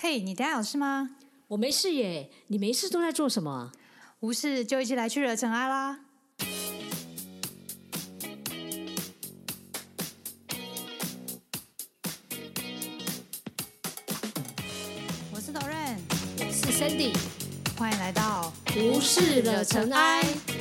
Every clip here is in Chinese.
嘿，你等一下有事吗？ 我没事耶，你没事都在做什么啊？ 无事就一起来去惹尘埃啦！我是 Doreen， 我是 Sandy， 欢迎来到无事惹尘埃。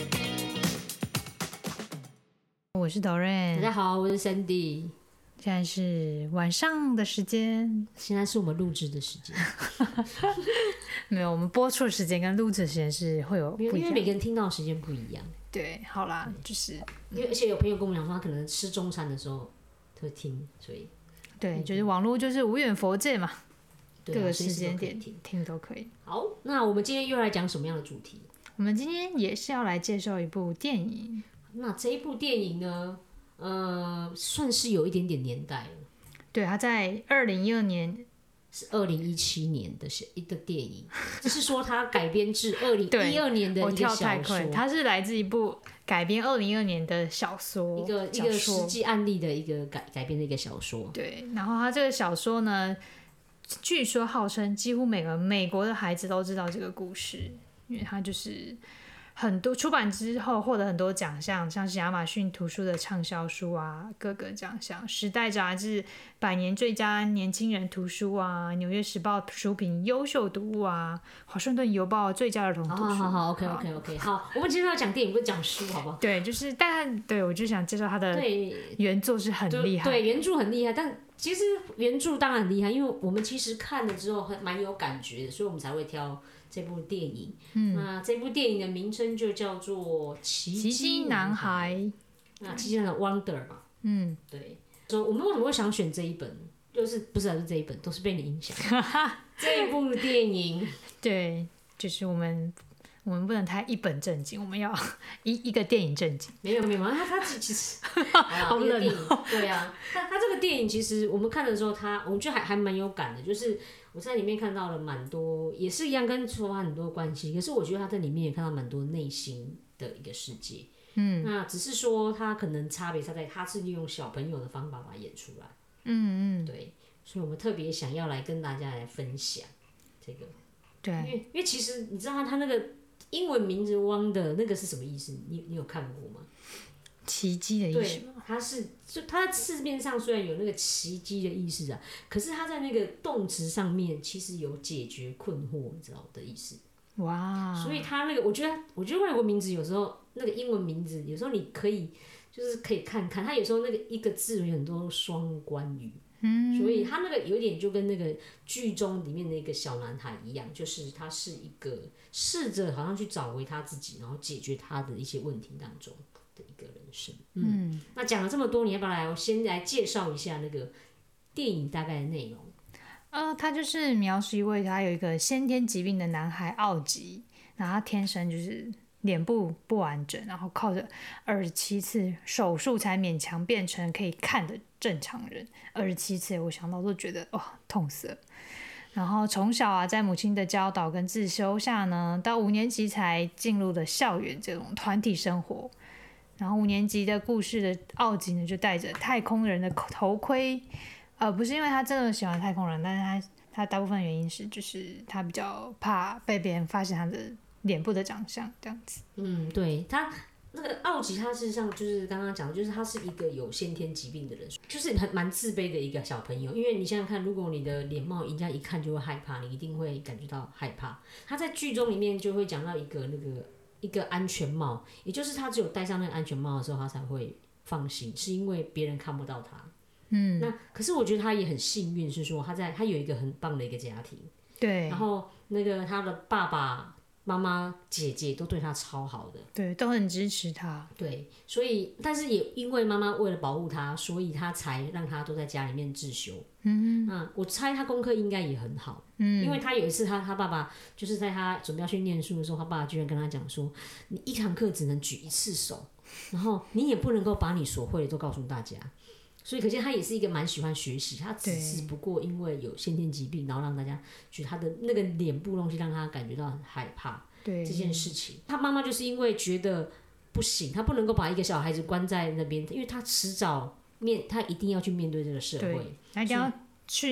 我是 Doreen， 大家好，我是 Sandy。 现在是晚上的时间， 现在是我们录制的时间。 没有，我们播出的时间跟录制的时间是会有不一样， 因为每个人听到的时间不一样。 对，好啦，就是因为而且有朋友跟我们讲说，他可能吃中餐的时候会听，所以对，就是网络就是无远佛界嘛， 对啊， 各个时间点随时都可以听都可以。 好，那我们今天又来讲什么样的主题？ 我们今天也是要来介绍一部电影。 那这一部电影呢，算是有一点点年代了。 对，它在2012年。 是2017年的一个电影，就是说它改编自2012年的一个小说。 它是来自一部改编2012年的小说， 一个实际案例的一个改编的一个小说。 对，然后它这个小说呢，据说号称几乎每个美国的孩子都知道这个故事，因为它就是很多出版之后获得很多奖项，像是亚马逊图书的畅销书啊，各个奖项，《时代》杂志100年最佳年轻人图书啊，《纽约时报》书评优秀读物啊，《华盛顿邮报》最佳儿童图书。 好 OK， 好，我们今天要讲电影，不是讲书，好不好？ 对，就是，对我就想介绍他的原作是很厉害， 对，原著很厉害，但其实原著当然很厉害，因为我们其实看了之后蛮有感觉的，所以我们才会挑这部电影。那这部电影的名称就叫做《奇迹男孩》。那奇迹男孩 Wonder 嘛，对。说我们为什么会想选这一本？就是不是这一本，都是被你影响。这一部电影， 对，就是我们不能太一本正经，我们要一个电影正经。 没有，他其实好冷哦。对啊，他这个电影其实我们看的时候，我觉得还蛮有感的，就是我在里面看到了蛮多，也是一样跟说话很多关系。可是我觉得他在里面也看到蛮多内心的一个世界。那只是说他可能差别在他是利用小朋友的方法把它演出来。对，所以我们特别想要来跟大家来分享这个。 对， 因为其实你知道他那个英文名字 Wonder 那个是什么意思？你有看过吗？ 奇迹的意思吗？ 对，它字面上虽然有那个奇迹的意思啊，可是它在那个动词上面其实有解决困惑，你知道的意思。 哇！ 所以它那个，我觉得外国名字有时候那个英文名字，有时候你可以看看，它有时候那个一个字有很多双关语。所以他那个有点就跟那个剧中里面的一个小男孩一样，就是他是一个试着好像去找回他自己，然后解决他的一些问题当中的一个人生。那讲了这么多，你要不要先来介绍一下那个电影大概的内容？ 他就是描述一位他有一个先天疾病的男孩奥吉，然后他天生就是脸部不完整，然后靠着27次手术才勉强变成可以看的正常人。27次，我想到都觉得哇，痛死了。然后从小啊，在母亲的教导跟自修下呢，到5年级才进入了校园这种团体生活。然后5年级的故事的奥吉呢，就戴着太空人的头盔，不是因为他真的喜欢太空人，但是他大部分原因是就是他比较怕被别人发现他的脸部的长相这样子。 对，他那个奥吉，他事实上就是刚刚讲的，就是他是一个有先天疾病的人，就是蛮自卑的一个小朋友。因为你想想看，如果你的脸貌人家一看就会害怕，你一定会感觉到害怕。他在剧中里面就会讲到一个安全帽，也就是他只有戴上那个安全帽的时候，他才会放心，是因为别人看不到他。那可是我觉得他也很幸运，是说他有一个很棒的一个家庭， 对， 然后那个他的爸爸妈妈、姐姐都对他超好的， 对，都很支持他。 对，所以但是也因为妈妈为了保护他，所以他才让他都在家里面自修。我猜他功课应该也很好。因为他有一次他爸爸就是在他准备要去念书的时候，他爸爸居然跟他讲说，你一堂课只能举1次手，然后你也不能够把你所会的都告诉大家。所以可见他也是一个蛮喜欢学习，他只是不过因为有先天疾病，然后让大家觉得他的那个脸部东西让他感觉到很害怕这件事情。他妈妈就是因为觉得不行，他不能够把一个小孩子关在那边，因为他迟早他一定要去面对这个社会， 他一定要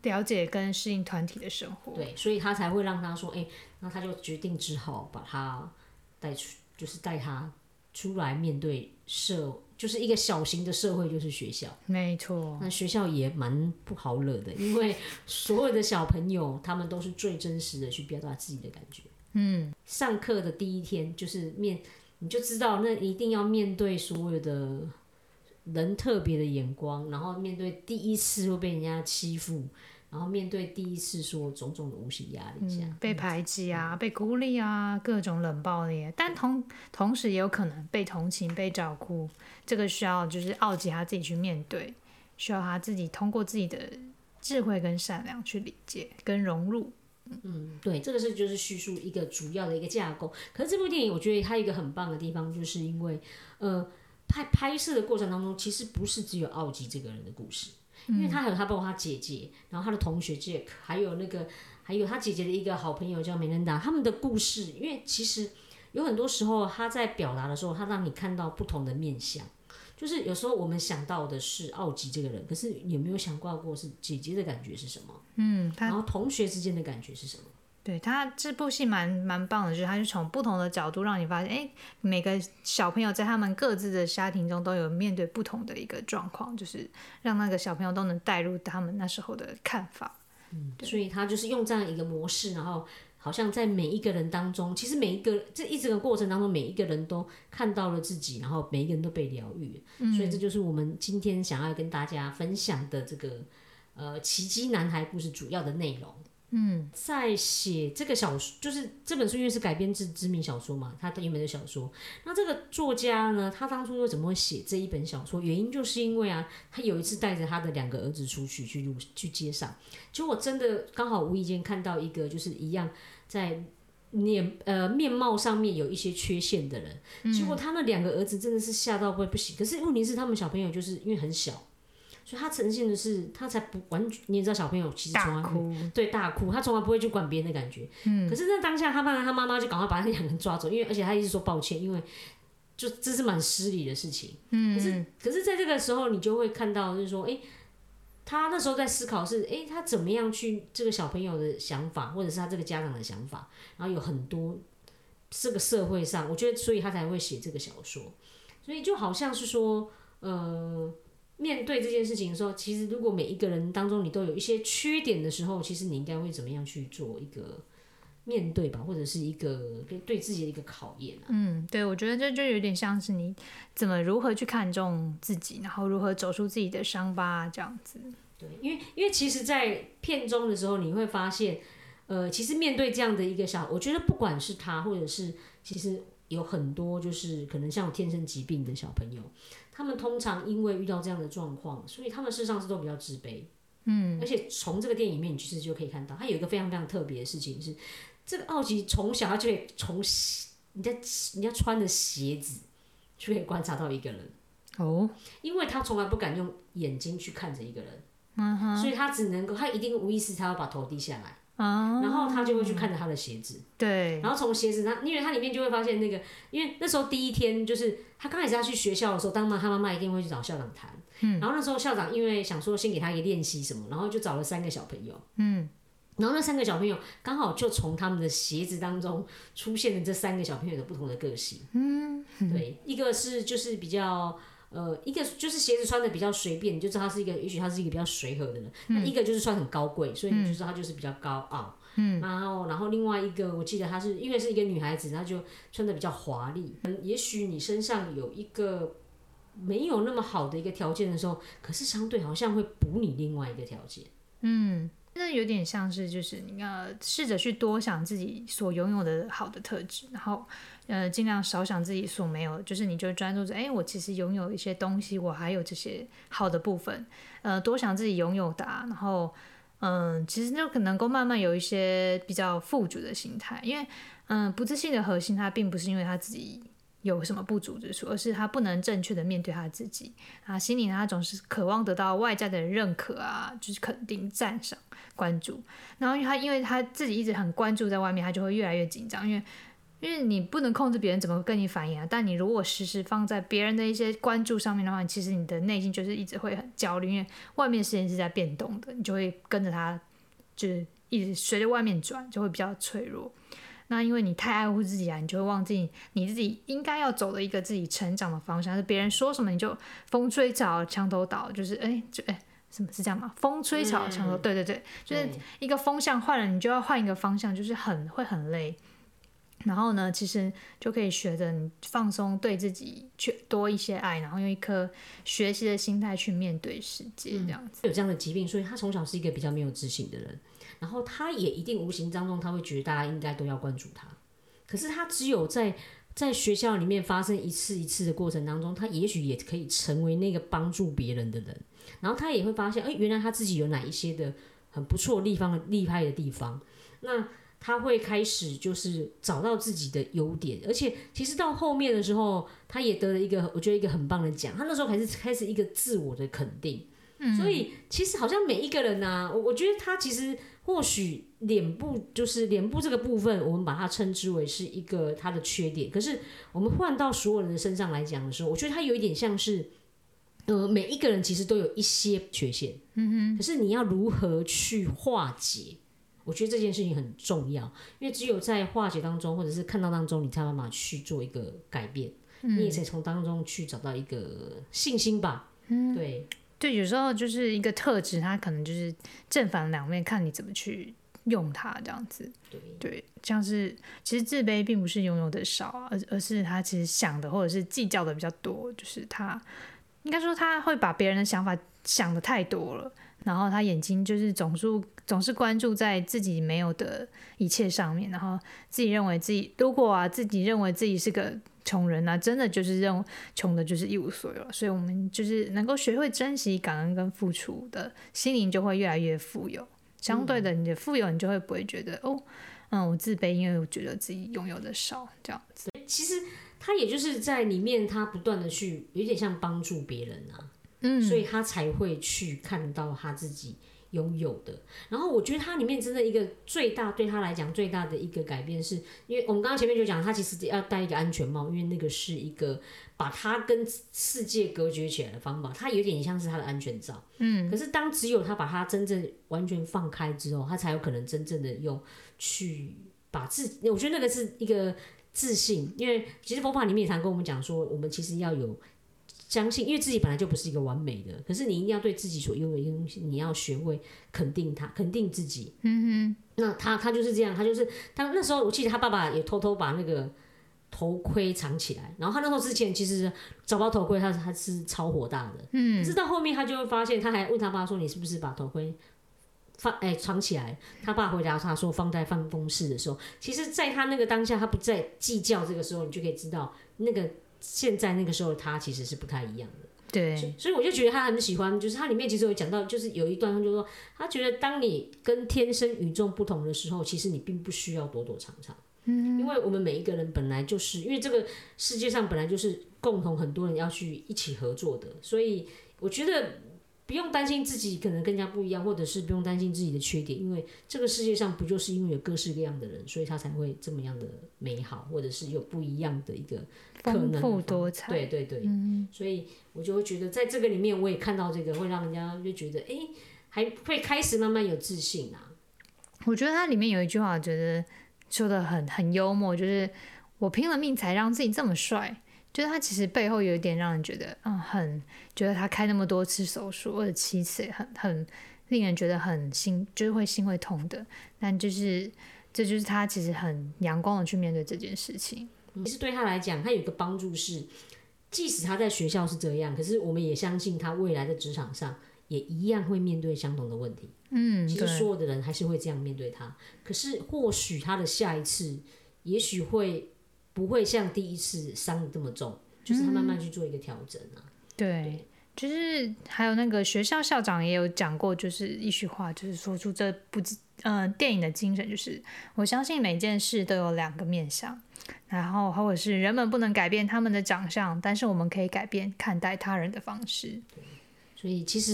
了解跟适应团体的生活。 对，所以他才会让他说，那他就决定只好把他带出，就是带他出来面对就是一个小型的社会，就是学校。 没错。 那学校也蛮不好惹的，因为所有的小朋友他们都是最真实的去表达自己的感觉。上课的第一天就是你就知道那一定要面对所有的人特别的眼光，然后面对第一次会被人家欺负，然后面对第一次说种种的无形压力下， 被排挤啊，被孤立啊，各种冷暴力，但同时也有可能被同情、被照顾，这个需要就是奥吉他自己去面对，需要他自己通过自己的智慧跟善良去理解跟融入。 对，这个就是叙述一个主要的一个架构。可是这部电影我觉得它有一个很棒的地方，就是因为拍摄的过程当中，其实不是只有奥吉这个人的故事，因为他还有包括他姐姐，然后他的同学 Jack， 还有他姐姐的一个好朋友叫梅兰达，他们的故事，因为其实有很多时候他在表达的时候，他让你看到不同的面向。就是有时候我们想到的是奥吉这个人，可是有没有想过是姐姐的感觉是什么？然后同学之间的感觉是什么？ 对，他这部戏蛮棒的，就是他是从不同的角度让你发现，每个小朋友在他们各自的家庭中都有面对不同的一个状况，就是让那个小朋友都能带入他们那时候的看法。 所以他就是用这样一个模式，然后好像在每一个人当中，其实这一整个过程当中，每一个人都看到了自己，然后每一个人都被疗愈。所以这就是我们今天想要跟大家分享的这个奇迹男孩故事主要的内容。在写这个小说，就是这本书因为是改编自知名小说嘛，他原本的小说。那这个作家呢，他当初为什么会写这一本小说？原因就是因为他有一次带着他的2个儿子出去去街上，结果真的刚好无意间看到一个就是一样在面貌上面有一些缺陷的人，结果他那2个儿子真的是吓到不行。可是问题是他们小朋友就是因为很小。所以他呈现的是，他才不完全，你也知道小朋友其实从来大哭，他从来不会去管别人的感觉。可是那当下他妈妈就赶快把那2个人抓走，因为而且他一直说抱歉，因为就这是蛮失礼的事情。可是在这个时候你就会看到，就是说，他那时候在思考是，他怎么样去这个小朋友的想法，或者是他这个家长的想法，然后有很多这个社会上，我觉得所以他才会写这个小说。所以就好像是说，面对这件事情的时候，其实如果每一个人当中你都有一些缺点的时候，其实你应该会怎么样去做一个面对吧，或者是一个对自己的一个考验。 对，我觉得这就有点像是你如何去看重自己，然后如何走出自己的伤疤这样子。 对，因为其实，在片中的时候，你会发现，其实面对这样的一个我觉得不管是他，或者是其实有很多就是可能像有天生疾病的小朋友。他们通常因为遇到这样的状况，所以他们事实上是都比较自卑。而且从这个电影里面，你其实就可以看到，他有一个非常非常特别的事情是，这个奥吉从小他就可以从人家穿的鞋子就可以观察到一个人。因为他从来不敢用眼睛去看着一个人，所以他一定无意识他要把头低下来。然后他就会去看着他的鞋子， 对， 然后从鞋子因为他里面就会发现因为那时候第一天就是他刚开始要去学校的时候，他妈妈一定会去找校长谈，然后那时候校长因为想说先给他一个练习什么，然后就找了3个小朋友，然后那3个小朋友刚好就从他们的鞋子当中出现了这3个小朋友的不同的个性，对，一个是就是比较。一个就是鞋子穿的比较随便，你就知道也许他是一个比较随和的人。那一个就是穿很高贵，所以你就知道他就是比较高傲。然后另外一个，我记得她是因为是一个女孩子，她就穿的比较华丽。也许你身上有一个没有那么好的一个条件的时候，可是相对好像会补你另外一个条件。 那有点像是就是你要试着去多想自己所拥有的好的特质，然后尽量少想自己所没有，就是你就专注着我其实拥有一些东西，我还有这些好的部分，多想自己拥有的然后其实就可能够慢慢有一些比较富足的心态，因为不自信的核心它并不是因为他自己有什么不足之处，而是他不能正确的面对他自己，心里他总是渴望得到外在的认可就是肯定、赞赏、关注，然后因为他自己一直很关注在外面，他就会越来越紧张，因为因为你不能控制别人怎么跟你反应啊，但你如果时时放在别人的一些关注上面的话，其实你的内心就是一直会很焦虑，因为外面事情是在变动的，你就会跟着它，就是一直随着外面转，就会比较脆弱。那因为你太爱护自己啊，你就会忘记你自己应该要走的一个自己成长的方向，是别人说什么你就风吹草墙头倒，就是什么是这样吗？风吹草墙头，对对对，就是一个风向换了，你就要换一个方向，就是会很累。然后呢，其实就可以学着你放松，对自己去多一些爱，然后用一颗学习的心态去面对世界，这样子。 有这样的疾病，所以他从小是一个比较没有自信的人，然后他也一定无形当中他会觉得大家应该都要关注他，可是他只有在学校里面发生一次一次的过程当中，他也许也可以成为那个帮助别人的人，然后他也会发现，原来他自己有哪一些的很不错厉害的地方，那他会开始就是找到自己的优点，而且其实到后面的时候，他也得了一个我觉得一个很棒的奖，他那时候开始一个自我的肯定。所以其实好像每一个人啊，我觉得他其实或许脸部这个部分，我们把它称之为是一个他的缺点，可是我们换到所有人的身上来讲的时候，我觉得他有一点像是每一个人其实都有一些缺陷，可是你要如何去化解，我觉得这件事情很重要，因为只有在化解当中或者是看到当中，你才有办法去做一个改变，你也才从当中去找到一个信心吧。 对，有时候就是一个特质，它可能就是正反两面，看你怎么去用它，这样子。对，像是其实自卑并不是拥有的少啊，而是他其实想的或者是计较的比较多，就是他应该说他会把别人的想法想的太多了，然后他眼睛就是总是关注在自己没有的一切上面，然后如果自己认为自己是个穷人啊，真的就是穷的就是一无所有了。所以我们就是能够学会珍惜、感恩跟付出的心灵，就会越来越富有。相对的，你的富有，你就会不会觉得我自卑，因为我觉得自己拥有的少，这样子。 其实他也就是在里面，他不断的去有点像帮助别人啊，所以他才会去看到他自己拥有的。然后我觉得他里面真的一个对他来讲最大的一个改变是，因为我们刚刚前面就讲，他其实要戴一个安全帽，因为那个是一个把他跟世界隔绝起来的方法，他有点像是他的安全罩。可是当只有他把他真正完全放开之后，他才有可能真正的去把我觉得那个是一个自信，因为其实佛法里面也常跟我们讲说，我们其实要有相信，因为自己本来就不是一个完美的，可是你一定要对自己所拥有的东西，你要学会肯定它，肯定自己。那他就是这样，他就是那时候我记得他爸爸也偷偷把那个头盔藏起来，然后他那时候之前其实找不到头盔，他是超火大的。可是到后面他就会发现，他还问他爸说：“你是不是把头盔藏起来？”他爸回答他说：“放在办公室的时候。”其实，在他那个当下，他不再计较这个时候，你就可以知道那个。现在那个时候他其实是不太一样的， 对， 所以我就觉得他很喜欢，就是他里面其实有讲到，就是有一段他就说，他觉得当你跟天生与众不同的时候，其实你并不需要躲躲藏藏，因为我们每一个人本来就是因为这个世界上本来就是共同很多人要去一起合作的，所以我觉得不用担心自己可能更加不一样，或者是不用担心自己的缺点，因为这个世界上不就是因为有各式各样的人，所以他才会这么样的美好，或者是有不一样的一个可能丰富多彩。 对对对，所以我就会觉得在这个里面，我也看到这个，会让人家就觉得还会开始慢慢有自信啊。 我觉得它里面有一句话，我觉得说的很幽默，就是我拼了命才让自己这么帅。就是他其实背后有一点让人觉得，很觉得他开那么多次手术，27次，很令人觉得就是会心会痛的。但这就是他其实很阳光的去面对这件事情。 其实对他来讲，他有一个帮助是，即使他在学校是这样，可是我们也相信他未来的职场上也一样会面对相同的问题。其实所有的人还是会这样面对他，可是或许他的下一次，也许不会像第一次伤得这么重，就是他慢慢去做一个调整啊。 对，就是还有那个学校校长也有讲过，就是一句话，就是说出这部电影的精神，就是我相信每件事都有2个面向，然后或者是人们不能改变他们的长相，但是我们可以改变看待他人的方式。 所以其实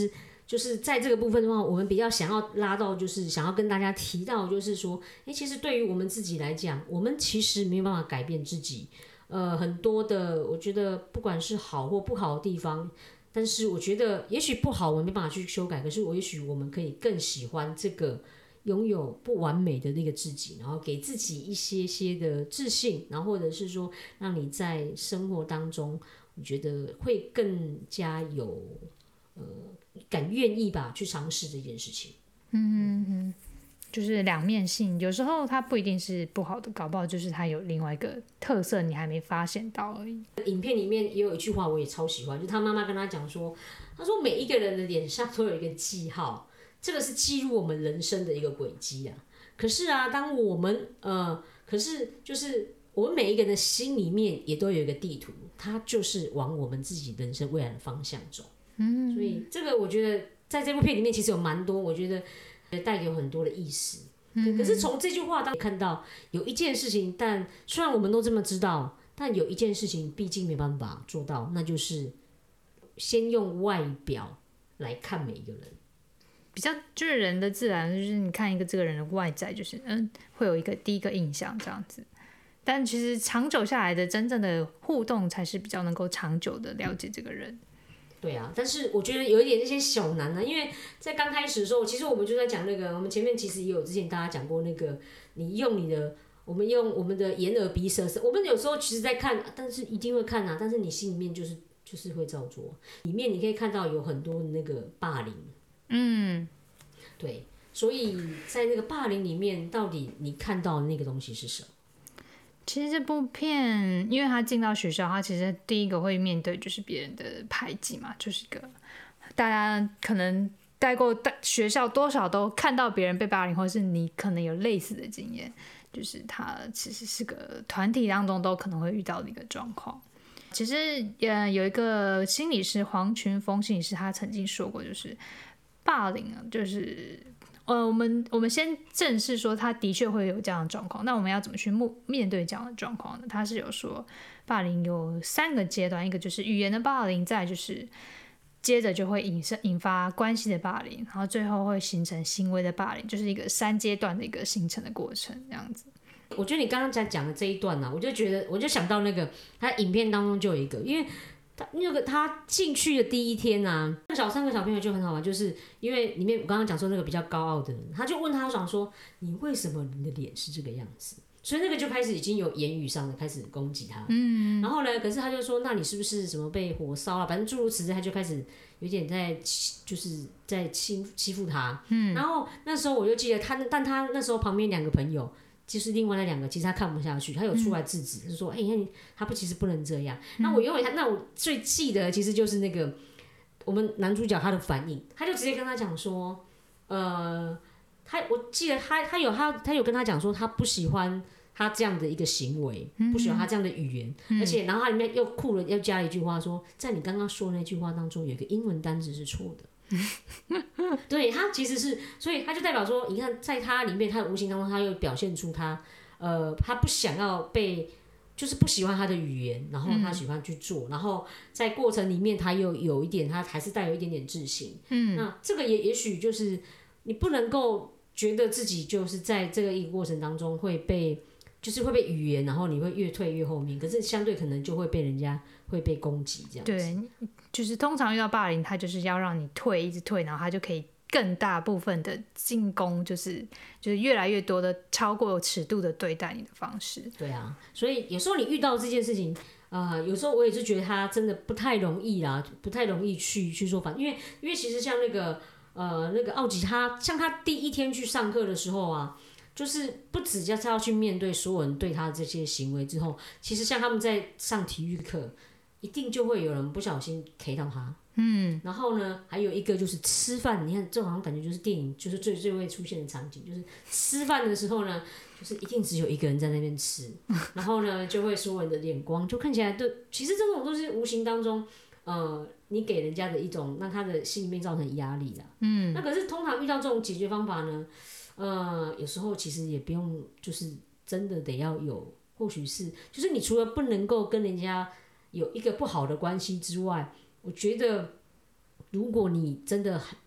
就是在这个部分的话，我们比较想要拉到，就是想要跟大家提到，就是说，其实对于我们自己来讲，我们其实没有办法改变自己，很多的，我觉得不管是好或不好的地方，但是我觉得也许不好，我们没办法去修改，可是也许我们可以更喜欢这个拥有不完美的那个自己，然后给自己一些些的自信，然后或者是说，让你在生活当中，我觉得会更加有愿意吧去尝试这件事情。 就是两面性，有时候它不一定是不好的，搞不好就是它有另外一个特色你还没发现到而已。 影片里面也有一句话我也超喜欢，就是他妈妈跟他讲说，他说每一个人的脸上都有一个记号，这个是记录我们人生的一个轨迹啊。可是啊，当我们可是就是我们每一个人的心里面也都有一个地图，它就是往我们自己人生未来的方向走。所以这个我觉得在这部片里面其实有蛮多，我觉得带有很多的意思。可是从这句话当中看到有一件事情，但虽然我们都这么知道，但有一件事情毕竟没办法做到，那就是先用外表来看每一个人。 比较就是人的自然，就是你看这个人的外在，就是会有一个第一个印象这样子。但其实长久下来的真正的互动，才是比较能够长久的了解这个人。 对啊，但是我觉得有一点这些小难呢，因为在刚开始的时候，其实我们就在讲那个，我们前面其实也有之前大家讲过那个，你用你的，我们用我们的眼耳鼻舌，我们有时候其实在看，但是一定会看啊，但是你心里面就是会照做，里面你可以看到有很多的那个霸凌，对，所以在那个霸凌里面，到底你看到的那个东西是什么？ 其实这部片，因为他进到学校，他其实第一个会面对就是别人的排挤嘛，就是一个大家可能待过学校，多少都看到别人被霸凌，或是你可能有类似的经验，就是他其实是个团体当中都可能会遇到的一个状况。其实有一个心理师黄群峰心理师，他曾经说过，就是霸凌啊，就是我们先正视说，他的确会有这样的状况。那我们要怎么去面对这样的状况呢？他是有说，霸凌有3个阶段，一个就是语言的霸凌，再就是接着就会引发关系的霸凌，然后最后会形成行为的霸凌，就是一个3阶段的一个形成的过程，这样子。 我觉得你刚刚才讲的这一段呢、我就想到那个他影片当中就有一个，因为他进去的第一天啊，3个小朋友就很好玩，就是因为里面我刚刚讲说那个比较高傲的人，他就问他想说，你为什么你的脸是这个样子？所以那个就开始已经有言语上的开始攻击他，然后呢，可是他就说，那你是不是什么被火烧了？反正诸如此类，他就开始有点就是在欺负他，然后那时候我就记得但他那时候旁边2个朋友。就是另外那2个，其实他看不下去，他有出来制止，就说：“他其实不能这样。”那我最记得其实就是那个我们男主角他的反应，他就直接跟他讲说：“我记得他有跟他讲说，他不喜欢他这样的一个行为，不喜欢他这样的语言，而且然后他里面又酷了，又加了一句话说，在你刚刚说的那句话当中，有一个英文单字是错的。”对，他其实是，所以他就代表说，你看，在他里面，他的无形当中，他又表现出他不想要被，就是不喜欢他的语言，然后他喜欢去做，然后在过程里面，他又有一点，他还是带有一点点自信。那这个也许就是你不能够觉得自己就是在这个一个过程当中会被语言，然后你会越退越后面，可是相对可能就会被人家会被攻击这样子。 对，就是通常遇到霸凌，他就是要让你退，一直退，然后他就可以更大部分的进攻，就是越来越多的超过尺度的对待你的方式。 对啊，所以有时候你遇到这件事情，有时候我也是觉得他真的不太容易啦，不太容易去说反，因为其实像那个奥吉，像他第一天去上课的时候啊。就是不只要去面对所有人对他的这些行为之后，其实像他们在上体育课，一定就会有人不小心 K 到他。然后呢，还有一个就是吃饭，你看这好像感觉就是电影就是最会出现的场景，就是吃饭的时候呢，就是一定只有一个人在那边吃，然后呢就会所有人的眼光就看起来其实这种都是无形当中。你给人家的一种让他的心里面造成压力啦。那可是通常遇到这种解决方法呢？有时候其实也不用，就是真的得要有，或许是，就是你除了不能够跟人家有一个不好的关系之外，我觉得如果你真的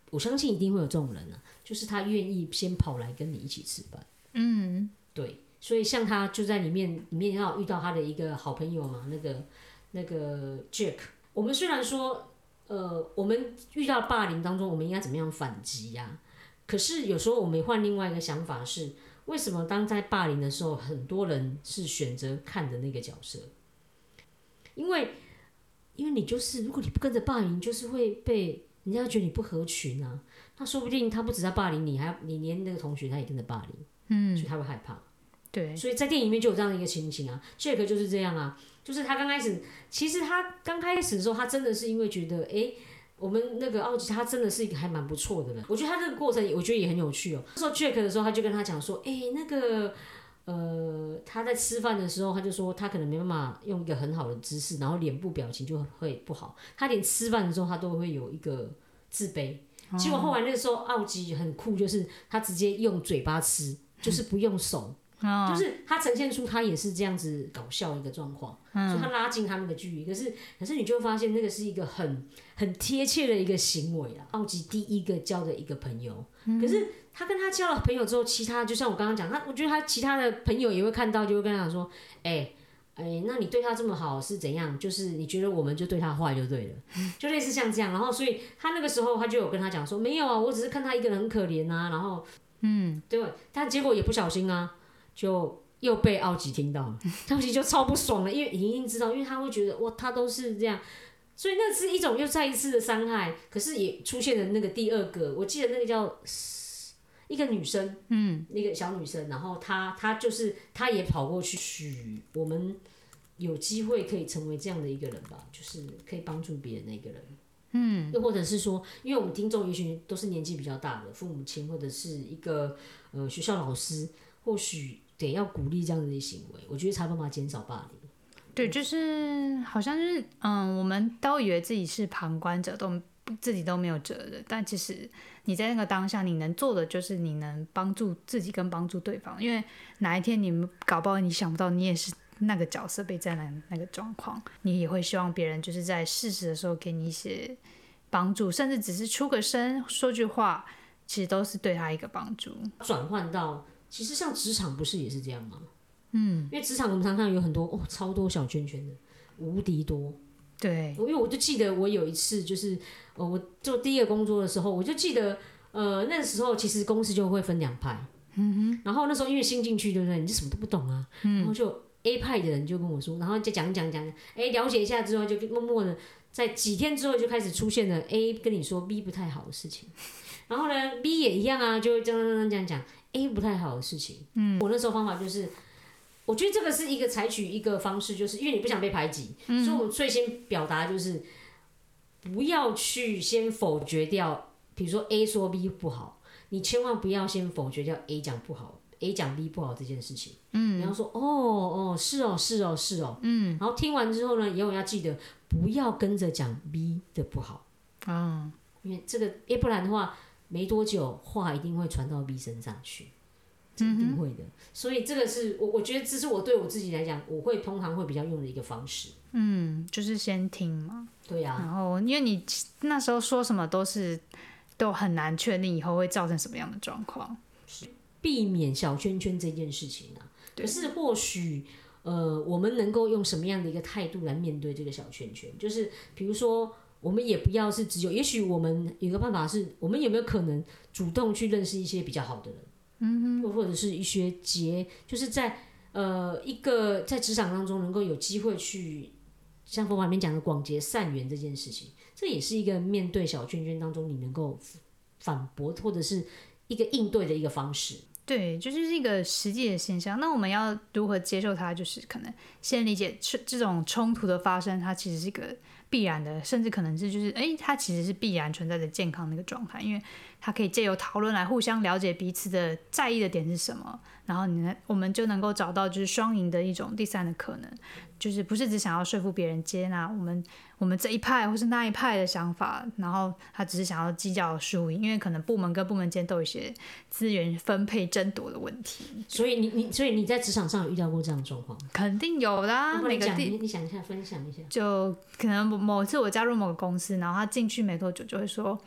我相信一定会有这种人啊，就是他愿意先跑来跟你一起吃饭。对，所以像他就在里面要遇到他的一个好朋友嘛，那个 Jack。我们虽然说，我们遇到霸凌当中，我们应该怎么样反击呀？可是有时候我们换另外一个想法是，为什么当在霸凌的时候，很多人是选择看的那个角色？因为你就是，如果你不跟着霸凌，就是会被人家觉得你不合群啊。那说不定他不只在霸凌你，还你连那个同学他也跟着霸凌，所以他会害怕。 对， 所以在电影里面就有这样的一个情形啊。Jack 就是这样啊，就是他刚开始，其实他刚开始的时候，他真的是因为觉得，我们那个奥吉他真的是一个还蛮不错的人。我觉得他这个过程，我觉得也很有趣哦。那时候 Jack 的时候，他就跟他讲说，那个。他在吃饭的时候，他就说他可能没办法用一个很好的姿势，然后脸部表情就会不好。他连吃饭的时候，他都会有一个自卑。结果后来那个时候，奥吉很酷，就是他直接用嘴巴吃，就是不用手。就是他呈现出他也是这样子搞笑的一个状况，所以他拉近他们的距离。可是你就会发现，那个是一个很贴切的一个行为啦。奥吉第一个交的一个朋友，可是他跟他交了朋友之后，其他就像我刚刚讲，我觉得他其他的朋友也会看到，就会跟他讲说，那你对他这么好是怎样？就是你觉得我们就对他坏就对了，就类似像这样。然后所以他那个时候他就有跟他讲说，没有啊，我只是看他一个人很可怜啊，然后对，但结果也不小心啊。就又被奥吉听到了，奥吉就超不爽了，因为已经知道，因为他会觉得哇，他都是这样，所以那是一种又再一次的伤害。可是也出现了那个第二个，我记得那个叫一个女生，那个小女生，然后她就是她也跑过去，许我们有机会可以成为这样的一个人吧，就是可以帮助别人的一个人。又或者是说，因为我们听众也许都是年纪比较大的父母亲，或者是一个学校老师。或许得要鼓励这样的行为，我觉得才办法减少霸凌。 对，就是好像是我们都以为自己是旁观者，自己都没有责任，但其实你在那个当下，你能做的就是你能帮助自己跟帮助对方，因为哪一天你们搞不好你想不到你也是那个角色被占了那个状况，你也会希望别人就是在适时的时候给你一些帮助，甚至只是出个声说句话，其实都是对他一个帮助。 转换到其实像职场不是也是这样吗？因为职场我们常常有很多超多小圈圈的，无敌多。 对， 因为我就记得我有一次就是我做第一个工作的时候，我就记得那个时候其实公司就会分两派。然后那时候因为新进去，对不对？你就什么都不懂啊。然后就 A 派的人就跟我说，然后就讲，了解一下之后，就默默的在几天之后就开始出现了 A 跟你说 B 不太好的事情。然后呢 ，B 也一样啊，就会这样讲 A 不太好的事情。我那时候方法就是，我觉得这个是一个采取一个方式，就是因为你不想被排挤，所以我们最先表达就是不要去先否决掉，比如说 A 说 B 不好，你千万不要先否决掉 A 讲不好。A 讲 B 不好这件事情，你要说是哦，然后听完之后呢，以后要记得不要跟着讲 B 的不好，因为这个不然的话，没多久话一定会传到 B 身上去，这一定会的。所以这个是我觉得这是我对我自己来讲，我会通常会比较用的一个方式。 就是先听嘛。 对啊。 然后因为你那时候说什么都很难确定以后会造成什么样的状况。 避免小圈圈这件事情啊，可是或许我们能够用什么样的一个态度来面对这个小圈圈？就是比如说，我们也不要是只有，也许我们有个办法是，我们有没有可能主动去认识一些比较好的人，或者是一些就是在一个在职场当中能够有机会去像佛法里面讲的广结善缘这件事情，这也是一个面对小圈圈当中你能够反驳或者是一个应对的一个方式。 对，就是一个实际的现象。那我们要如何接受它？就是可能先理解这种冲突的发生，它其实是一个必然的，甚至可能是就是它其实是必然存在的健康的一个状态，因为它可以借由讨论来互相了解彼此的在意的点是什么，然后我们就能够找到就是双赢的一种第三的可能，就是不是只想要说服别人接纳我们这一派或是那一派的想法，然后他只是想要计较输赢，因为可能部门跟部门间都有一些资源分配争夺的问题。 所以你在职场上有遇到过这样的状况？ 肯定有啦，每个你想一下，分享一下。 就可能某次我加入某个公司，然后他进去没多久就会说，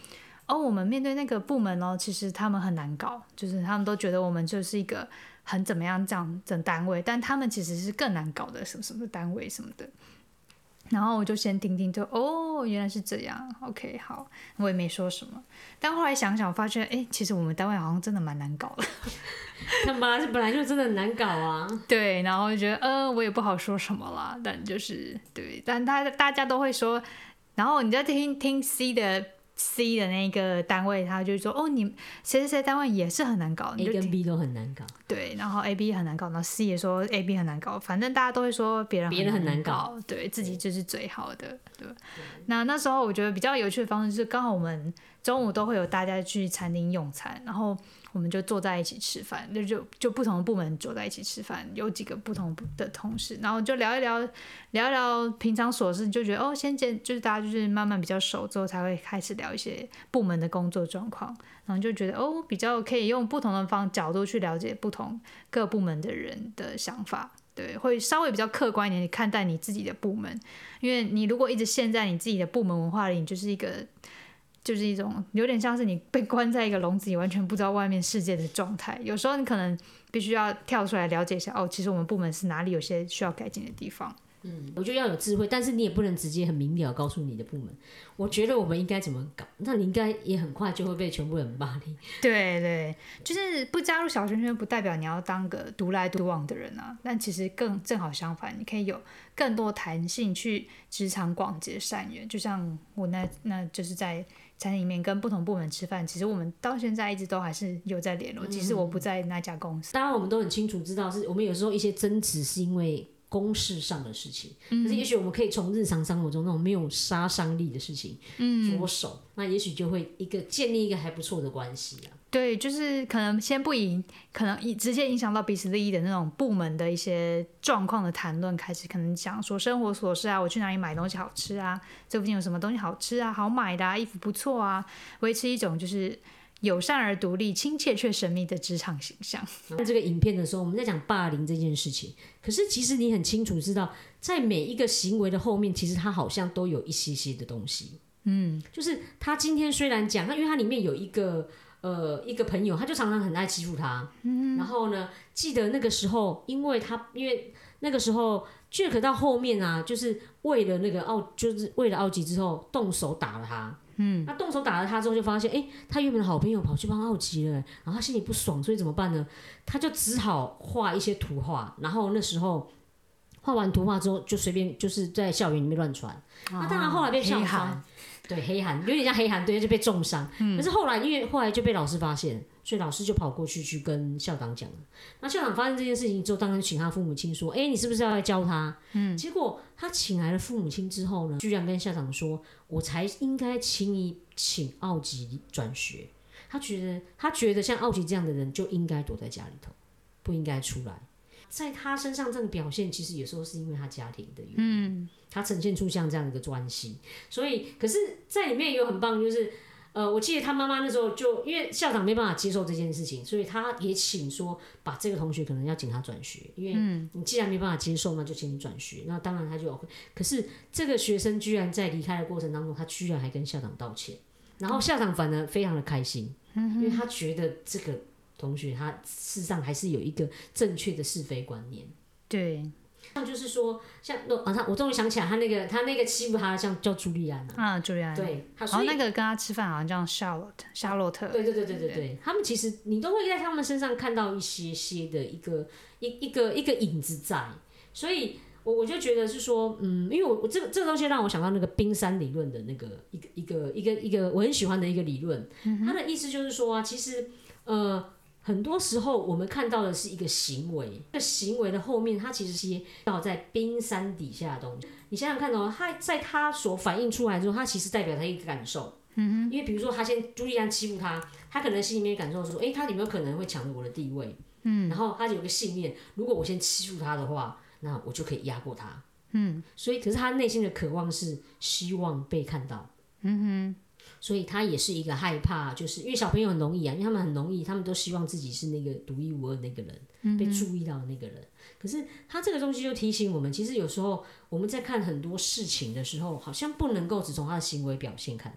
我们面对那个部门其实他们很难搞，就是他们都觉得我们就是一个很怎么样这样的单位，但他们其实是更难搞的什么什么单位什么的。然后我就先听听，就原来是这样 ，OK 好，我也没说什么。但后来想想，我发现其实我们单位好像真的蛮难搞的。 他本来就真的很难搞啊。 对，然后就觉得我也不好说什么啦，但就是对，但大家都会说，然后你在听 C 的那个单位，他就说你谁谁谁单位也是很难搞 ，A 跟 B 都很难搞。 对，然后 A、B 很难搞，然后 C 也说 A、B 很难搞，反正大家都会说别人很难搞，对自己就是最好的。对，那时候我觉得比较有趣的方式是，刚好我们中午都会有大家去餐厅用餐，然后我们就坐在一起吃饭，就不同的部门坐在一起吃饭，有几个不同的同事，然后就聊一聊平常琐事，就觉得先就是大家就是慢慢比较熟之后，才会开始聊一些部门的工作状况，然后就觉得比较可以用不同的角度去了解不同各部门的人的想法。对，会稍微比较客观一点看待你自己的部门，因为你如果一直陷在你自己的部门文化里，你就是一种有点像是你被关在一个笼子里，完全不知道外面世界的状态。有时候你可能必须要跳出来了解一下，其实我们部门是哪里有些需要改进的地方。 我觉得要有智慧，但是你也不能直接很明了告诉你的部门，我觉得我们应该怎么搞，那你应该也很快就会被全部人霸凌。 对对，就是不加入小圈圈，不代表你要当个独来独往的人啊。但其实正好相反，你可以有更多弹性去职场广结善缘。就像我那就是在餐厅里面跟不同部门吃饭，其实我们到现在一直都还是有在联络，即使我不在那家公司。 当然我们都很清楚知道，是我们有时候一些争执是因为公事上的事情，可是也许我们可以从日常生活中那种没有杀伤力的事情着手，那也许就会建立一个还不错的关系啊。 对，就是可能先不以可能直接影响到彼此利益的那种部门的一些状况的谈论开始，可能讲说生活琐事啊，我去哪里买东西好吃啊，这附近有什么东西好吃啊，好买的啊，衣服不错啊，维持一种就是友善而独立、亲切却神秘的职场形象。 看这个影片的时候，我们在讲霸凌这件事情，可是其实你很清楚知道，在每一个行为的后面，其实它好像都有一些些的东西。就是他今天虽然讲，因为他里面有一个朋友，他就常常很爱欺负他。然后呢，记得那个时候，因为那个时候 Jack 到后面啊，就是为了奥吉之后动手打了他。他动手打了他之后，就发现他原本的好朋友跑去帮奥吉了，然后他心里不爽，所以怎么办呢？他就只好画一些图画，然后那时候画完图画之后，就随便就是在校园里面乱传。那当然后来被校方对黑函，有点像黑函，对，就被重伤。可是后来因为后来就被老师发现，所以老师就跑过去跟校长讲了。那校长发现这件事情之后，当然请他父母亲说：“你是不是要来教他？”结果他请来了父母亲之后呢，居然跟校长说：“我才应该请奥吉转学。”他觉得像奥吉这样的人就应该躲在家里头，不应该出来。在他身上这个表现，其实有时候是因为他家庭的原因，他呈现出像这样的一个关系。所以，可是在里面有很棒，就是我记得他妈妈那时候就因为校长没办法接受这件事情，所以他也请说把这个同学可能要请他转学，因为你既然没办法接受，那就请你转学。那当然他就 OK。可是这个学生居然在离开的过程当中，他居然还跟校长道歉，然后校长反而非常的开心，因为他觉得这个同学他事实上还是有一个正确的是非观念。 对， 像就是说，像我终于想起来，他那个欺负他像叫朱莉安朱莉安， 对， 然后那个跟他吃饭好像叫夏洛特， 对，他们其实你都会在他们身上看到一些些的一个影子在，所以我就觉得是说，因为我这个东西让我想到那个冰山理论的那个一个我很喜欢的一个理论，它的意思就是说其实很多时候我们看到的是一个行为，这个行为的后面，它其实是到在冰山底下的东西。你想想看它在它所反映出来之后，它其实代表它一个感受。因为比如说他朱莉安欺负他可能心里面感受说，他有没有可能会抢着我的地位？然后他有个信念，如果我先欺负他的话，那我就可以压过他。所以可是他内心的渴望是希望被看到。所以他也是一个害怕，就是因为小朋友很容易因为他们很容易，他们都希望自己是那个独一无二的那个人，被注意到的那个人。可是他这个东西就提醒我们，其实有时候我们在看很多事情的时候，好像不能够只从他的行为表现看到。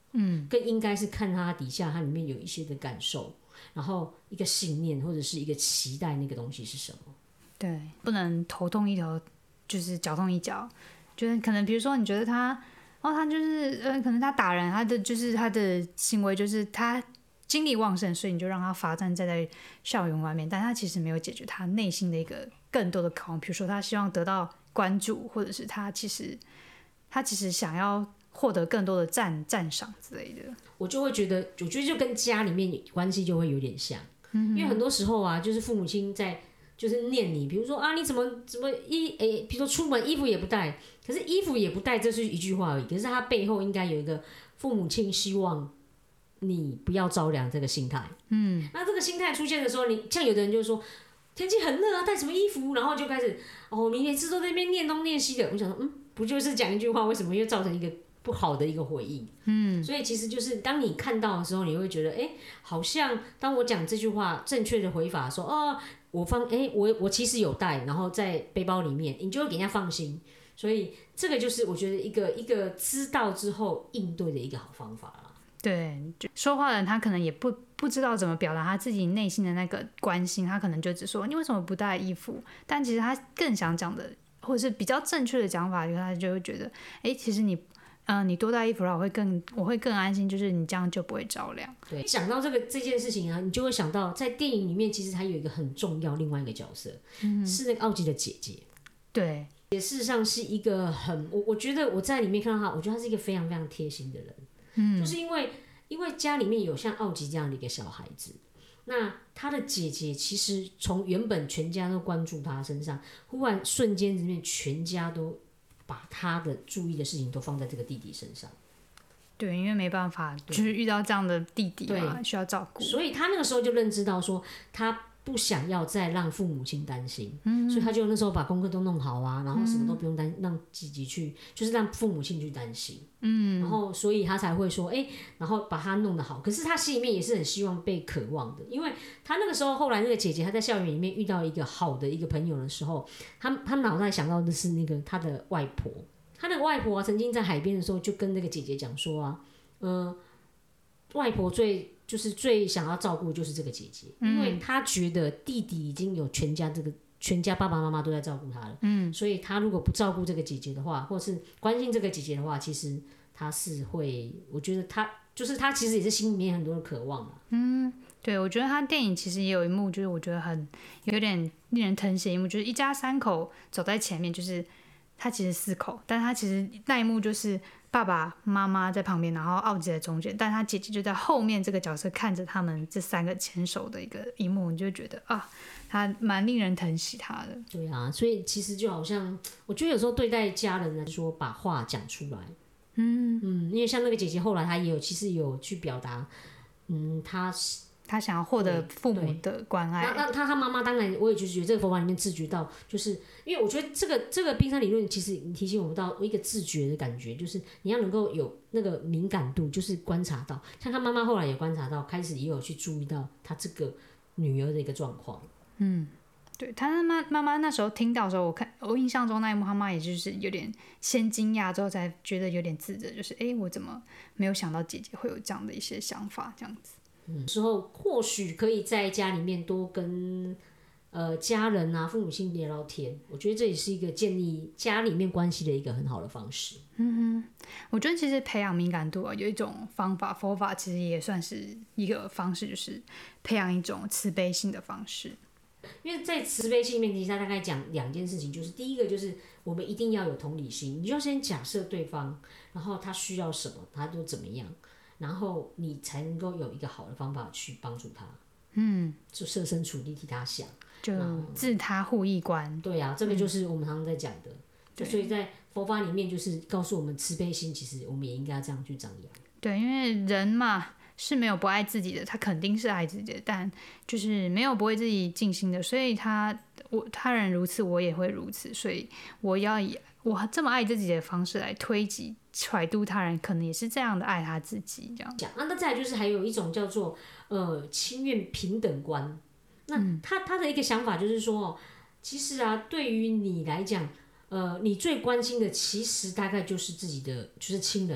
更应该是看他底下他里面有一些的感受，然后一个信念或者是一个期待，那个东西是什么？ 对，不能头痛一头就是脚痛一脚，就是可能比如说你觉得他他就是可能他打人，他的行为就是他精力旺盛，所以你就让他罚站在校园外面，但他其实没有解决他内心的一个更多的渴望，比如说他希望得到关注，或者是他其实想要获得更多的赞赏之类的。 我就会觉得，我觉得就跟家里面关系就会有点像，因为很多时候啊，就是父母亲在就是念你，比如说啊，你怎么比如说出门衣服也不带，可是衣服也不带，这是一句话而已，可是他背后应该有一个父母亲希望你不要着凉这个心态。那这个心态出现的时候，你像有的人就说天气很热啊，带什么衣服，然后就开始你每次都在那边念东念西的，我想说不就是讲一句话，为什么又造成一个不好的一个回忆？所以其实就是当你看到的时候，你会觉得好像当我讲这句话正确的回法说我其实有带，然后在背包里面，你就会给人家放心。所以这个就是我觉得一个知道之后应对的一个好方法啦。 对，说话的人他可能也不知道怎么表达他自己内心的那个关心，他可能就只说你为什么不带衣服，但其实他更想讲的或者是比较正确的讲法，他就会觉得其实你多带衣服，我会更安心，就是你这样就不会着凉。 对，想到这件事情啊，你就会想到在电影里面其实还有一个很重要另外一个角色，是那个奥吉的姐姐。 对， 也事实上是一个我觉得我在里面看到他，我觉得他是一个非常非常贴心的人。就是因为家里面有像奥吉这样的一个小孩子，那他的姐姐其实从原本全家都关注他身上，忽然瞬间之间全家都把他的注意的事情都放在这个弟弟身上。 对，因为没办法，就是遇到这样的弟弟嘛，需要照顾， 所以他那个时候就认知到说，他不想要再让父母亲担心，所以他就那时候把功课都弄好啊，然后什么都不用让姐姐去，就是让父母亲去担心，然后所以他才会说，然后把他弄得好。可是他心里面也是很希望被渴望的，因为他那个时候后来那个姐姐，她在校园里面遇到一个好的一个朋友的时候，他脑袋想到的是那个他的外婆。他那个外婆曾经在海边的时候就跟那个姐姐讲说外婆最想要照顾就是这个姐姐，因为她觉得弟弟已经有全家爸爸妈妈都在照顾他了，所以他如果不照顾这个姐姐的话，或是关心这个姐姐的话，其实他是会，我觉得他其实也是心里面很多的渴望啦。 对，我觉得他电影其实也有一幕，就是我觉得有点令人疼惜的一幕，就是一家三口走在前面，就是他其实4口，但他其实那一幕就是爸爸妈妈在旁边，然后奥吉在中间，但他姐姐就在后面这个角色看着他们这3个牵手的一幕，你就觉得他蛮令人疼惜他的。 对啊，所以其实就好像我觉得有时候对待家人来说，把话讲出来，因为像那个姐姐后来她其实有去表达， 他想要获得父母的关爱。 那他妈妈当然，我也就是觉得这个佛法里面自觉到，就是因为我觉得这个冰山理论其实提醒我们到一个自觉的感觉，就是你要能够有那个敏感度，就是观察到，像他妈妈后来也观察到，开始也有去注意到他这个女儿的一个状况。 对，他妈妈那时候听到的时候，我印象中那一幕，他妈也就是有点先惊讶，之后才觉得有点自责，就是我怎么没有想到姐姐会有这样的一些想法，这样子。 时候或许可以在家里面多跟家人啊、父母亲聊聊天，我觉得这也是一个建立家里面关系的一个很好的方式。 我觉得其实培养敏感度有一种方法，佛法其实也算是一个方式，就是培养一种慈悲心的方式。 因为在慈悲心里面，其实他大概讲2件事情，就是第一个就是我们一定要有同理心，你就先假设对方，然后他需要什么，他都怎么样。然后你才能够有一个好的方法去帮助他，就设身处地替他想， 就自他互益观。 对啊，这个就是我们常常在讲的，所以在佛法里面就是告诉我们慈悲心，其实我们也应该这样去张扬。 对，因为人嘛是没有不爱自己的，他肯定是爱自己的，但就是没有不为自己尽心的，所以他人如此，我也会如此，所以我要以我这么爱自己的方式来推己揣度他人，可能也是这样的爱他自己这样。 那再来就是还有一种叫做亲愿平等观。那他的一个想法就是说，其实啊，对于你来讲，你最关心的其实大概就是自己的就是亲人了。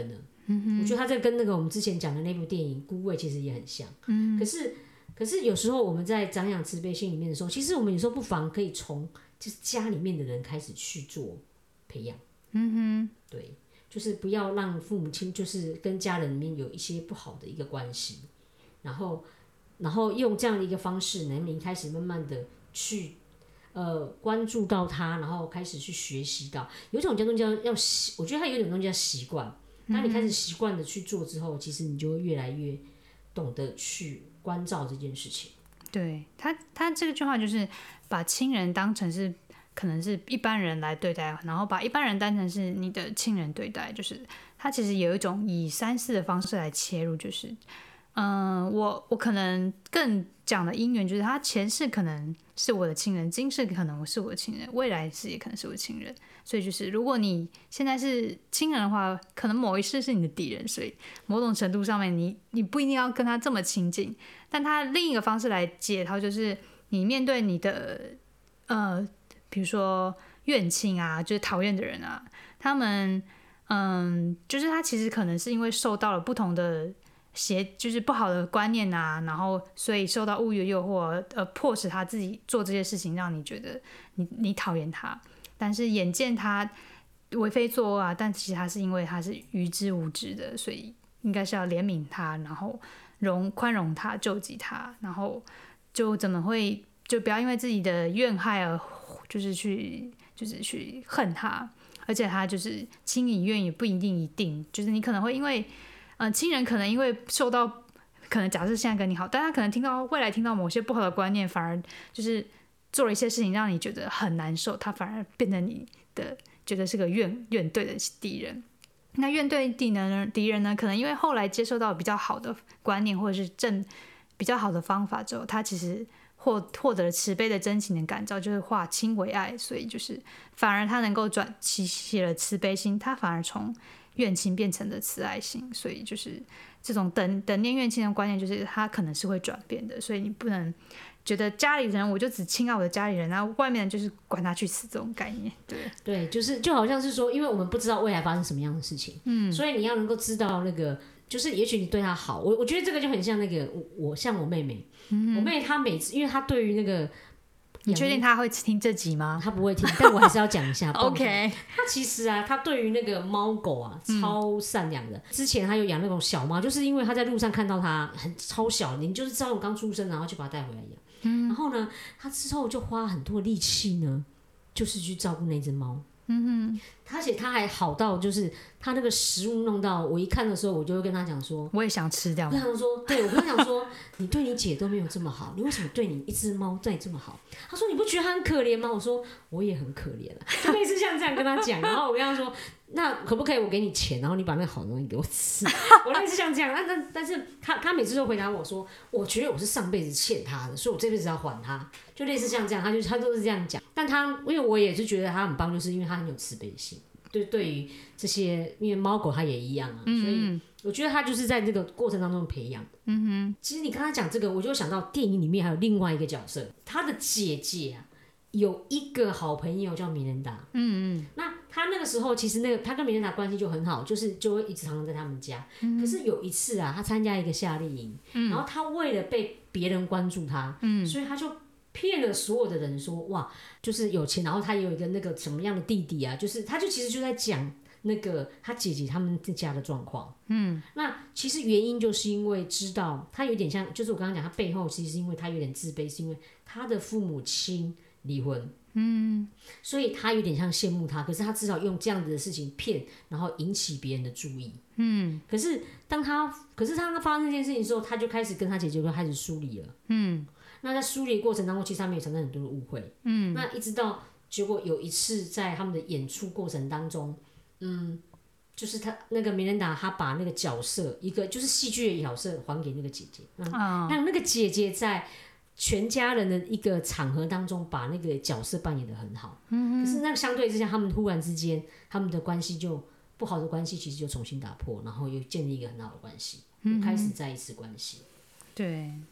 我觉得他这跟那个我们之前讲的那部电影《孤味》其实也很像。可是有时候我们在长养慈悲心里面的时候，其实我们有时候不妨可以从就是家里面的人开始去做培养。对，就是不要让父母亲就是跟家人里面有一些不好的一个关系，然后用这样的一个方式呢，你开始慢慢的去关注到他，然后开始去学习到有一种叫做我觉得它有一种东西叫习惯。当你开始习惯的去做之后，其实你就会越来越懂得去关照这件事情。 对，他这个句话就是把亲人当成是可能是一般人来对待，然后把一般人当成是你的亲人对待，就是他其实有一种以3、4的方式来切入，就是我可能更讲的因缘就是他前世可能是我的亲人，今世可能是我的亲人，未来世也可能是我的亲人。所以就是如果你现在是亲人的话，可能某一世是你的敌人，所以某种程度上面你不一定要跟他这么亲近。但他另一个方式来解套，就是你面对你的比如说怨亲啊，就是讨厌的人啊，他们就是他其实可能是因为受到了不同的就是不好的观念啊，然后所以受到物欲的诱惑，迫使他自己做这些事情，让你觉得你讨厌他。但是眼见他为非作恶啊，但其实他是因为他是愚之无知的，所以应该是要怜悯他，然后宽容他，救济他，然后就怎么会就不要因为自己的怨害而就是去恨他。而且他就是亲以怨也不一定，就是你可能会因为亲人可能因为受到可能假设现在跟你好，但他可能未来听到某些不好的观念，反而就是做了一些事情让你觉得很难受，他反而变成你的觉得是个怨对的敌人。那怨对敌人呢，可能因为后来接受到比较好的观念或者是比较好的方法之后，他其实获得了慈悲的真情的感召，就是化亲为爱，所以就是反而他能够起了慈悲心，他反而从怨亲变成了慈爱心。所以就是这种等念怨亲的观念，就是他可能是会转变的。所以你不能觉得家里人我就只亲爱我的家里人，然后外面人就是管他去死这种概念。 对，就好像是说，因为我们不知道未来发生什么样的事情，所以你要能够知道那个，就是也许你对他好，我觉得这个就很像那个像我妹妹，我妹她每次，因为她对于那个。 你确定他会听这集吗？ 他不会听，但我还是要讲一下。 OK， 他其实啊，他对于那个猫狗啊，超善良的。之前他有养那种小猫，就是因为他在路上看到它超小，你就是知道我刚出生，然后就把它带回来养。然后呢，他之后就花很多力气呢，就是去照顾那只猫。而且他还好到，就是他那个食物弄到我一看的时候，我就会跟他讲说， 我也想吃掉。 我跟他说，对，我跟他讲说，你对你姐都没有这么好，你为什么对你一只猫对你这么好？他说你不觉得他很可怜吗？我说我也很可怜了，就类似像这样跟他讲。然后我跟他说，那可不可以我给你钱，然后你把那个好东西给我吃？我类似像这样，但是他每次都回答我说，我觉得我是上辈子欠他的，所以我这辈子要还他，就类似像这样，他都是这样讲。但因为我也是觉得他很棒，就是因为他很有慈悲心。对于这些，因为猫狗它也一样啊，所以我觉得他就是在这个过程当中培养。其实你刚才讲这个，我就想到电影里面还有另外一个角色，他的姐姐啊，有一个好朋友叫米兰达。那他那个时候其实他跟米兰达关系就很好，就会一直常常在他们家。可是有一次啊，他参加一个夏令营，然后他为了被别人关注他，所以他就骗了所有的人说，哇，就是有钱，然后他也有一个那个什么样的弟弟啊，就是他就其实就在讲那个他姐姐他们家的状况。那其实原因就是因为知道他有点像，就是我刚刚讲他背后其实是因为他有点自卑，是因为他的父母亲离婚。所以他有点像羡慕他，可是他至少用这样子的事情骗，然后引起别人的注意。可是当他发生这件事情的时候，他就开始跟他姐姐就开始疏离了。那在梳理的过程当中，其实他们也产生很多的误会。那一直到结果有一次在他们的演出过程当中，就是他那个米兰达，他把那个角色一个就是戏剧的角色还给那个姐姐，让那个姐姐在全家人的一个场合当中把那个角色扮演得很好。可是那个相对之下，他们忽然之间他们的关系就不好的关系其实就重新打破，然后又建立一个很好的关系，又开始在一次关系。 对。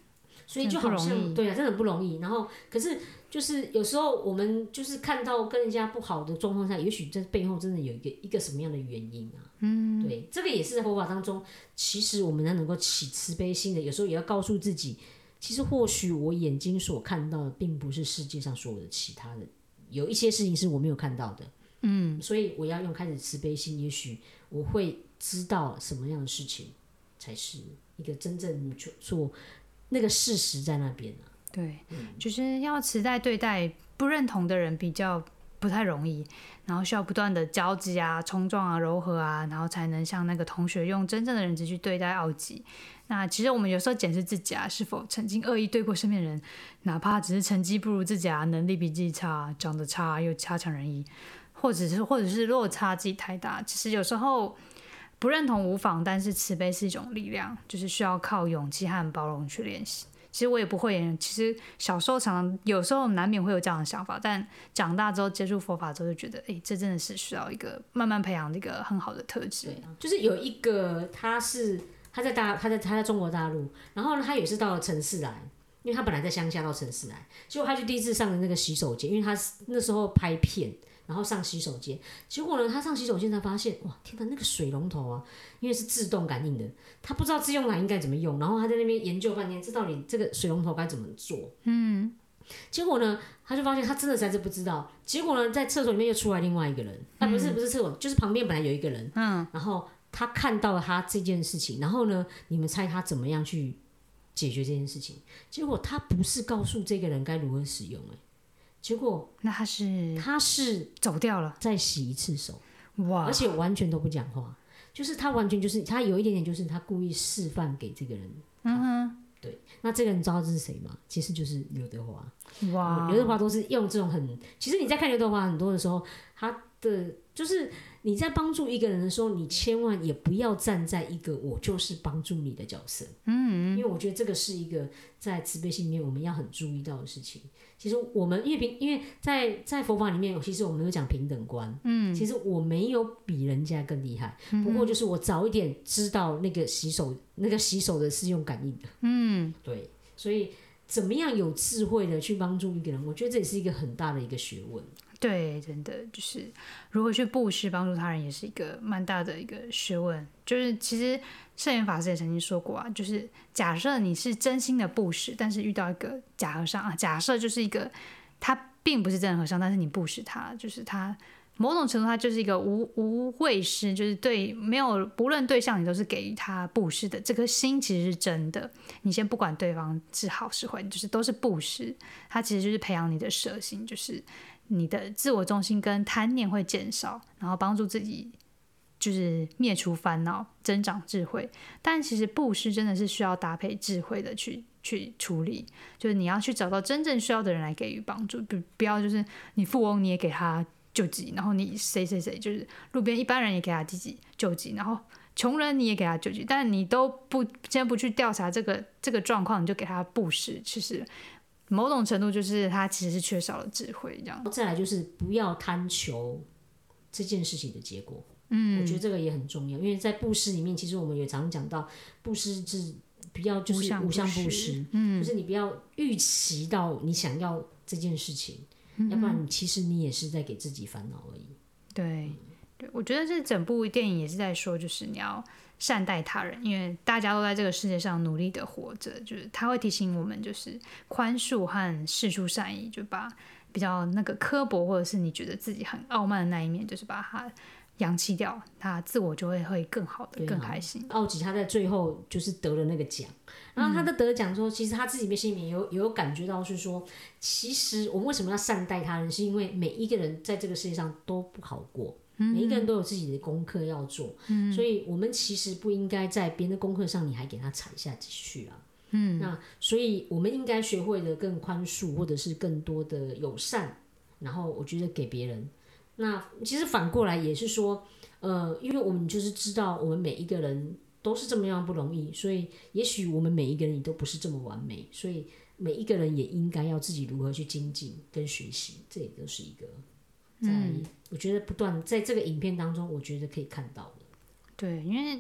所以就好像对啊，真的不容易。然后可是就是有时候我们就是看到跟人家不好的状况下，也许这背后真的有一个什么样的原因啊？对，这个也是在佛法当中，其实我们能够起慈悲心的，有时候也要告诉自己，其实或许我眼睛所看到的，并不是世界上所有的其他的，有一些事情是我没有看到的。所以我要用开始慈悲心，也许我会知道什么样的事情才是一个真正做那个事实在那边啊。 对，就是要慈待对待不认同的人比较不太容易，然后需要不断的交织啊、冲撞啊、柔和啊，然后才能像那个同学用真正的认知去对待奥吉。那其实我们有时候检视自己啊，是否曾经恶意对过身边人，哪怕只是成绩不如自己啊，能力比自己差，长得差又差强人意，或者是落差自己太大。其实有时候不认同无妨，但是慈悲是一种力量，就是需要靠勇气和包容去练习。其实我也不会，其实小时候有时候难免会有这样的想法，但长大之后接触佛法之后就觉得，这真的是需要一个慢慢培养的一个很好的特质。 对啊，就是有一个他在中国大陆，然后呢他也是到了城市来，因为他本来在乡下到城市来，结果他就第一次上的那个洗手间，因为他那时候拍片。然后上洗手间，结果呢，他上洗手间才发现，哇，天哪，那个水龙头啊，因为是自动感应的，他不知道自用蓝应该怎么用，然后他在那边研究半天，这到底这个水龙头该怎么做？结果呢，他就发现他真的实在是不知道。结果呢，在厕所里面又出来另外一个人，不是厕所，就是旁边本来有一个人，然后他看到了他这件事情，然后呢，你们猜他怎么样去解决这件事情？结果他不是告诉这个人该如何使用，结果那他是走掉了， 再洗一次手， 哇！ 而且完全都不讲话，就是他完全就是他有一点点就是他故意示范给这个人，对。那这个人你知道这是谁吗？其实就是刘德华。 哇！ 刘德华都是用这种其实你在看刘德华很多的时候，他的就是你在帮助一个人的时候，你千万也不要站在一个我就是帮助你的角色，因为我觉得这个是一个在慈悲心里面我们要很注意到的事情。其实我们因为在佛法里面，其实我们有讲平等观，其实我没有比人家更厉害，不过就是我早一点知道那个洗手的是用感应的，对，所以怎么样有智慧的去帮助一个人，我觉得这也是一个很大的一个学问。 对，真的就是如何去布施帮助他人，也是一个蛮大的一个学问。就是其实圣严法师也曾经说过啊，就是假设你是真心的布施，但是遇到一个假和尚啊，假设就是一个他并不是真的和尚，但是你布施他，就是他某种程度他就是一个无畏施，就是不论对象你都是给予他布施的，这颗心其实是真的。你先不管对方是好是坏，就是都是布施，他其实就是培养你的舍心，就是你的自我中心跟贪念会减少，然后帮助自己就是灭除烦恼，增长智慧。但其实布施真的是需要搭配智慧的去处理，就是你要去找到真正需要的人来给予帮助，不要就是你富翁你也给他救济，然后你谁就是路边一般人也给他救济，然后穷人你也给他救济，但你都先不去调查这个状况，你就给他布施，其实某种程度就是他其实是缺少了智慧这样。 再来就是不要贪求这件事情的结果，我觉得这个也很重要，因为在布施里面，其实我们也常讲到布施是比较就是无相布施，就是你不要预期到你想要这件事情，要不然其实你也是在给自己烦恼而已。 对，我觉得这整部电影也是在说，就是你要善待他人，因为大家都在这个世界上努力的活着，就是他会提醒我们，就是宽恕和释出善意，就把比较那个刻薄或者是你觉得自己很傲慢的那一面，就是把它扬弃掉，他自我就会更好的更开心。 奥吉他在最后就是得了那个奖，然后他得了奖之后，其实他自己心里面有感觉到是说，其实我们为什么要善待他人，是因为每一个人在这个世界上都不好过，每一个人都有自己的功课要做，所以我们其实不应该在别人的功课上你还给他踩下去啊。那所以我们应该学会的更宽恕，或者是更多的友善，然后我觉得给别人。那其实反过来也是说，因为我们就是知道我们每一个人都是这么样不容易，所以也许我们每一个人也都不是这么完美，所以每一个人也应该要自己如何去精进跟学习，这也都是一个我觉得不断在这个影片当中，我觉得可以看到的。 对，因为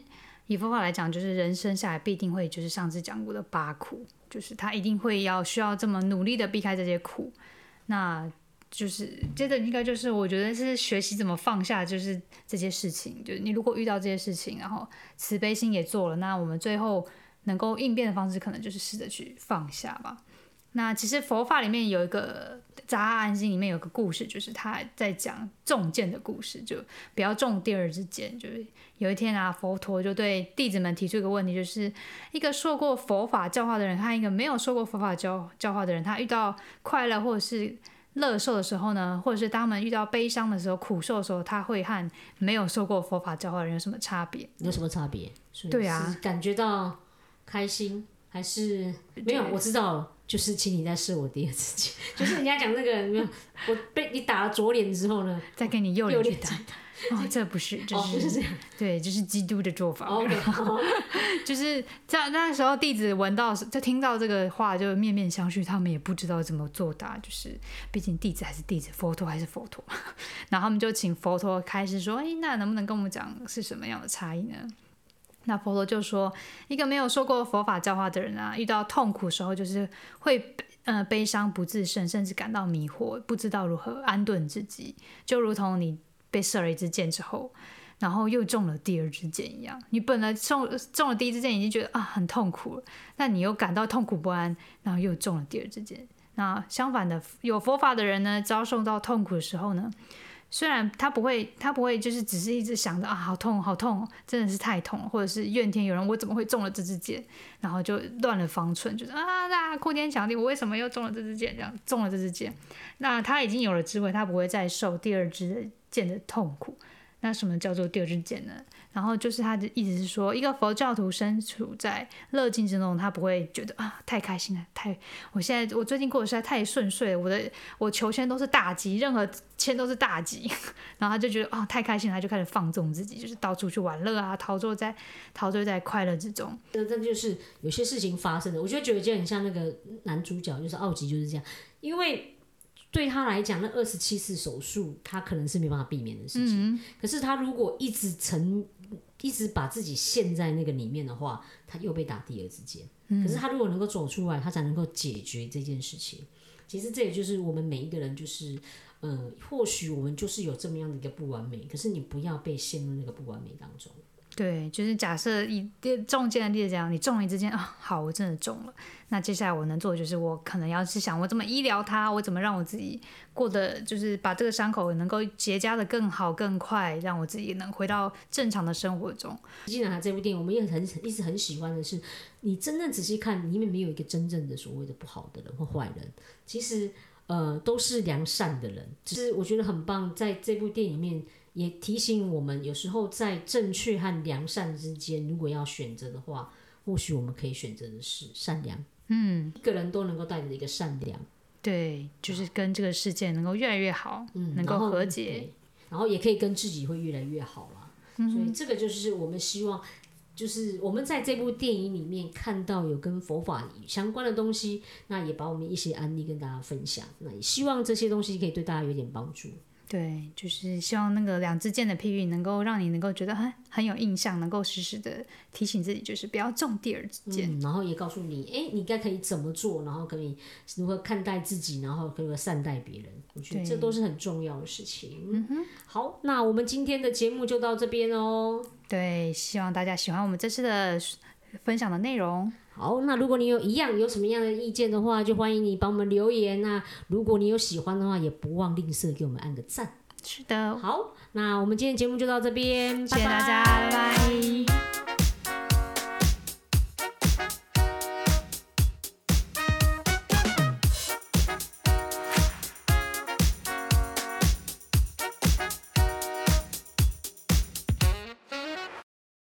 以佛法来讲，就是人生下来必定会就是上次讲过的8苦，就是他一定会需要这么努力的避开这些苦。那就是接着应该就是我觉得是学习怎么放下，就是这些事情。就是你如果遇到这些事情，然后慈悲心也做了，那我们最后能够应变的方式，可能就是试着去放下吧。那其实佛法里面有一个《杂阿含经》里面有个故事，就是他在讲中箭的故事，就不要中第2支箭。就是有一天啊，佛陀就对弟子们提出一个问题，就是一个受过佛法教化的人和一个没有受过佛法教化的人，他遇到快乐或者是乐受的时候呢，或者是当他们遇到悲伤的时候、苦受的时候，他会和没有受过佛法教化的人有什么差别？ 有什么差别？ 对啊， 感觉到开心还是没有？我知道了。就是请你再射我第2支箭，就是人家讲那个，我被你打了左脸之后呢， 再给你右脸去打。哦，这不是，这是、 不是这样， 对，这是基督的做法。 Okay, 就是在那时候，弟子闻到就听到这个话，就面面相觑，他们也不知道怎么作答。就是毕竟弟子还是弟子，佛陀还是佛陀。然后他们就请佛陀开始说：“那能不能跟我们讲是什么样的差异呢？”那佛陀就说，一个没有受过佛法教化的人啊，遇到痛苦的时候，就是会悲伤不自胜，甚至感到迷惑，不知道如何安顿自己，就如同你被射了1支箭之后，然后又中了第2支箭一样。你本来中了第1支箭，已经觉得很痛苦了，但你又感到痛苦不安，然后又中了第2支箭。那相反的，有佛法的人呢，遭受到痛苦的时候呢，虽然他不会就是只是一直想着好痛好痛，真的是太痛了，或者是怨天尤人，我怎么会中了这支箭，然后就乱了方寸，就是哭天抢地，我为什么又中了这支箭？这样中了这支箭，那他已经有了智慧，他不会再受第2支箭的痛苦。那什么叫做第2支箭呢？然后就是他的意思是说，一个佛教徒身处在乐境之中，他不会觉得太开心了，我最近过得实在太顺遂了，我求签都是大吉，任何签都是大吉，然后他就觉得太开心了，他就开始放纵自己，就是到处去玩乐啊，陶醉在快乐之中。 这就是有些事情发生的，我觉得很像那个男主角，就是奥吉就是这样，因为对他来讲，那27次手术，他可能是没办法避免的事情。可是他如果一直把自己陷在那个里面的话，他又被打第2支箭。可是他如果能够走出来，他才能够解决这件事情。其实这也就是我们每一个人，就是或许我们就是有这么样的一个不完美，可是你不要被陷入那个不完美当中。 对，就是假设以中箭的例子讲，你中了1支箭好，我真的中了。那接下来我能做的就是，我可能要是想我怎么医疗它，我怎么让我自己过得，就是把这个伤口能够结痂的更好更快，让我自己能回到正常的生活中。 既然这部电影我们也一直很喜欢的是，你真正仔细看，里面没有一个真正的所谓的不好的人或坏人，其实都是良善的人。只是我觉得很棒，在这部电影里面也提醒我们，有时候在正确和良善之间，如果要选择的话，或许我们可以选择的是善良。一个人都能够带着一个善良， 对，就是跟这个世界能够越来越好，能够和解， 然后也可以跟自己会越来越好啦。所以这个就是我们希望，就是我们在这部电影里面看到有跟佛法相关的东西，那也把我们一些案例跟大家分享，那也希望这些东西可以对大家有点帮助。 对，就是希望那个2支箭的譬喻能够让你能够觉得很有印象，能够时时的提醒自己，就是不要中第2支箭。 然后也告诉你，你该可以怎么做，然后可以如何看待自己，然后如何善待别人。我觉得这都是很重要的事情。好，那我们今天的节目就到这边哦。 对，希望大家喜欢我们这次的分享的内容。 好，那如果你有什么样的意见的话，就欢迎你帮我们留言。那如果你有喜欢的话，也不忘吝啬给我们按个赞。 是的。 好，那我们今天的节目就到这边， 谢谢大家，拜拜。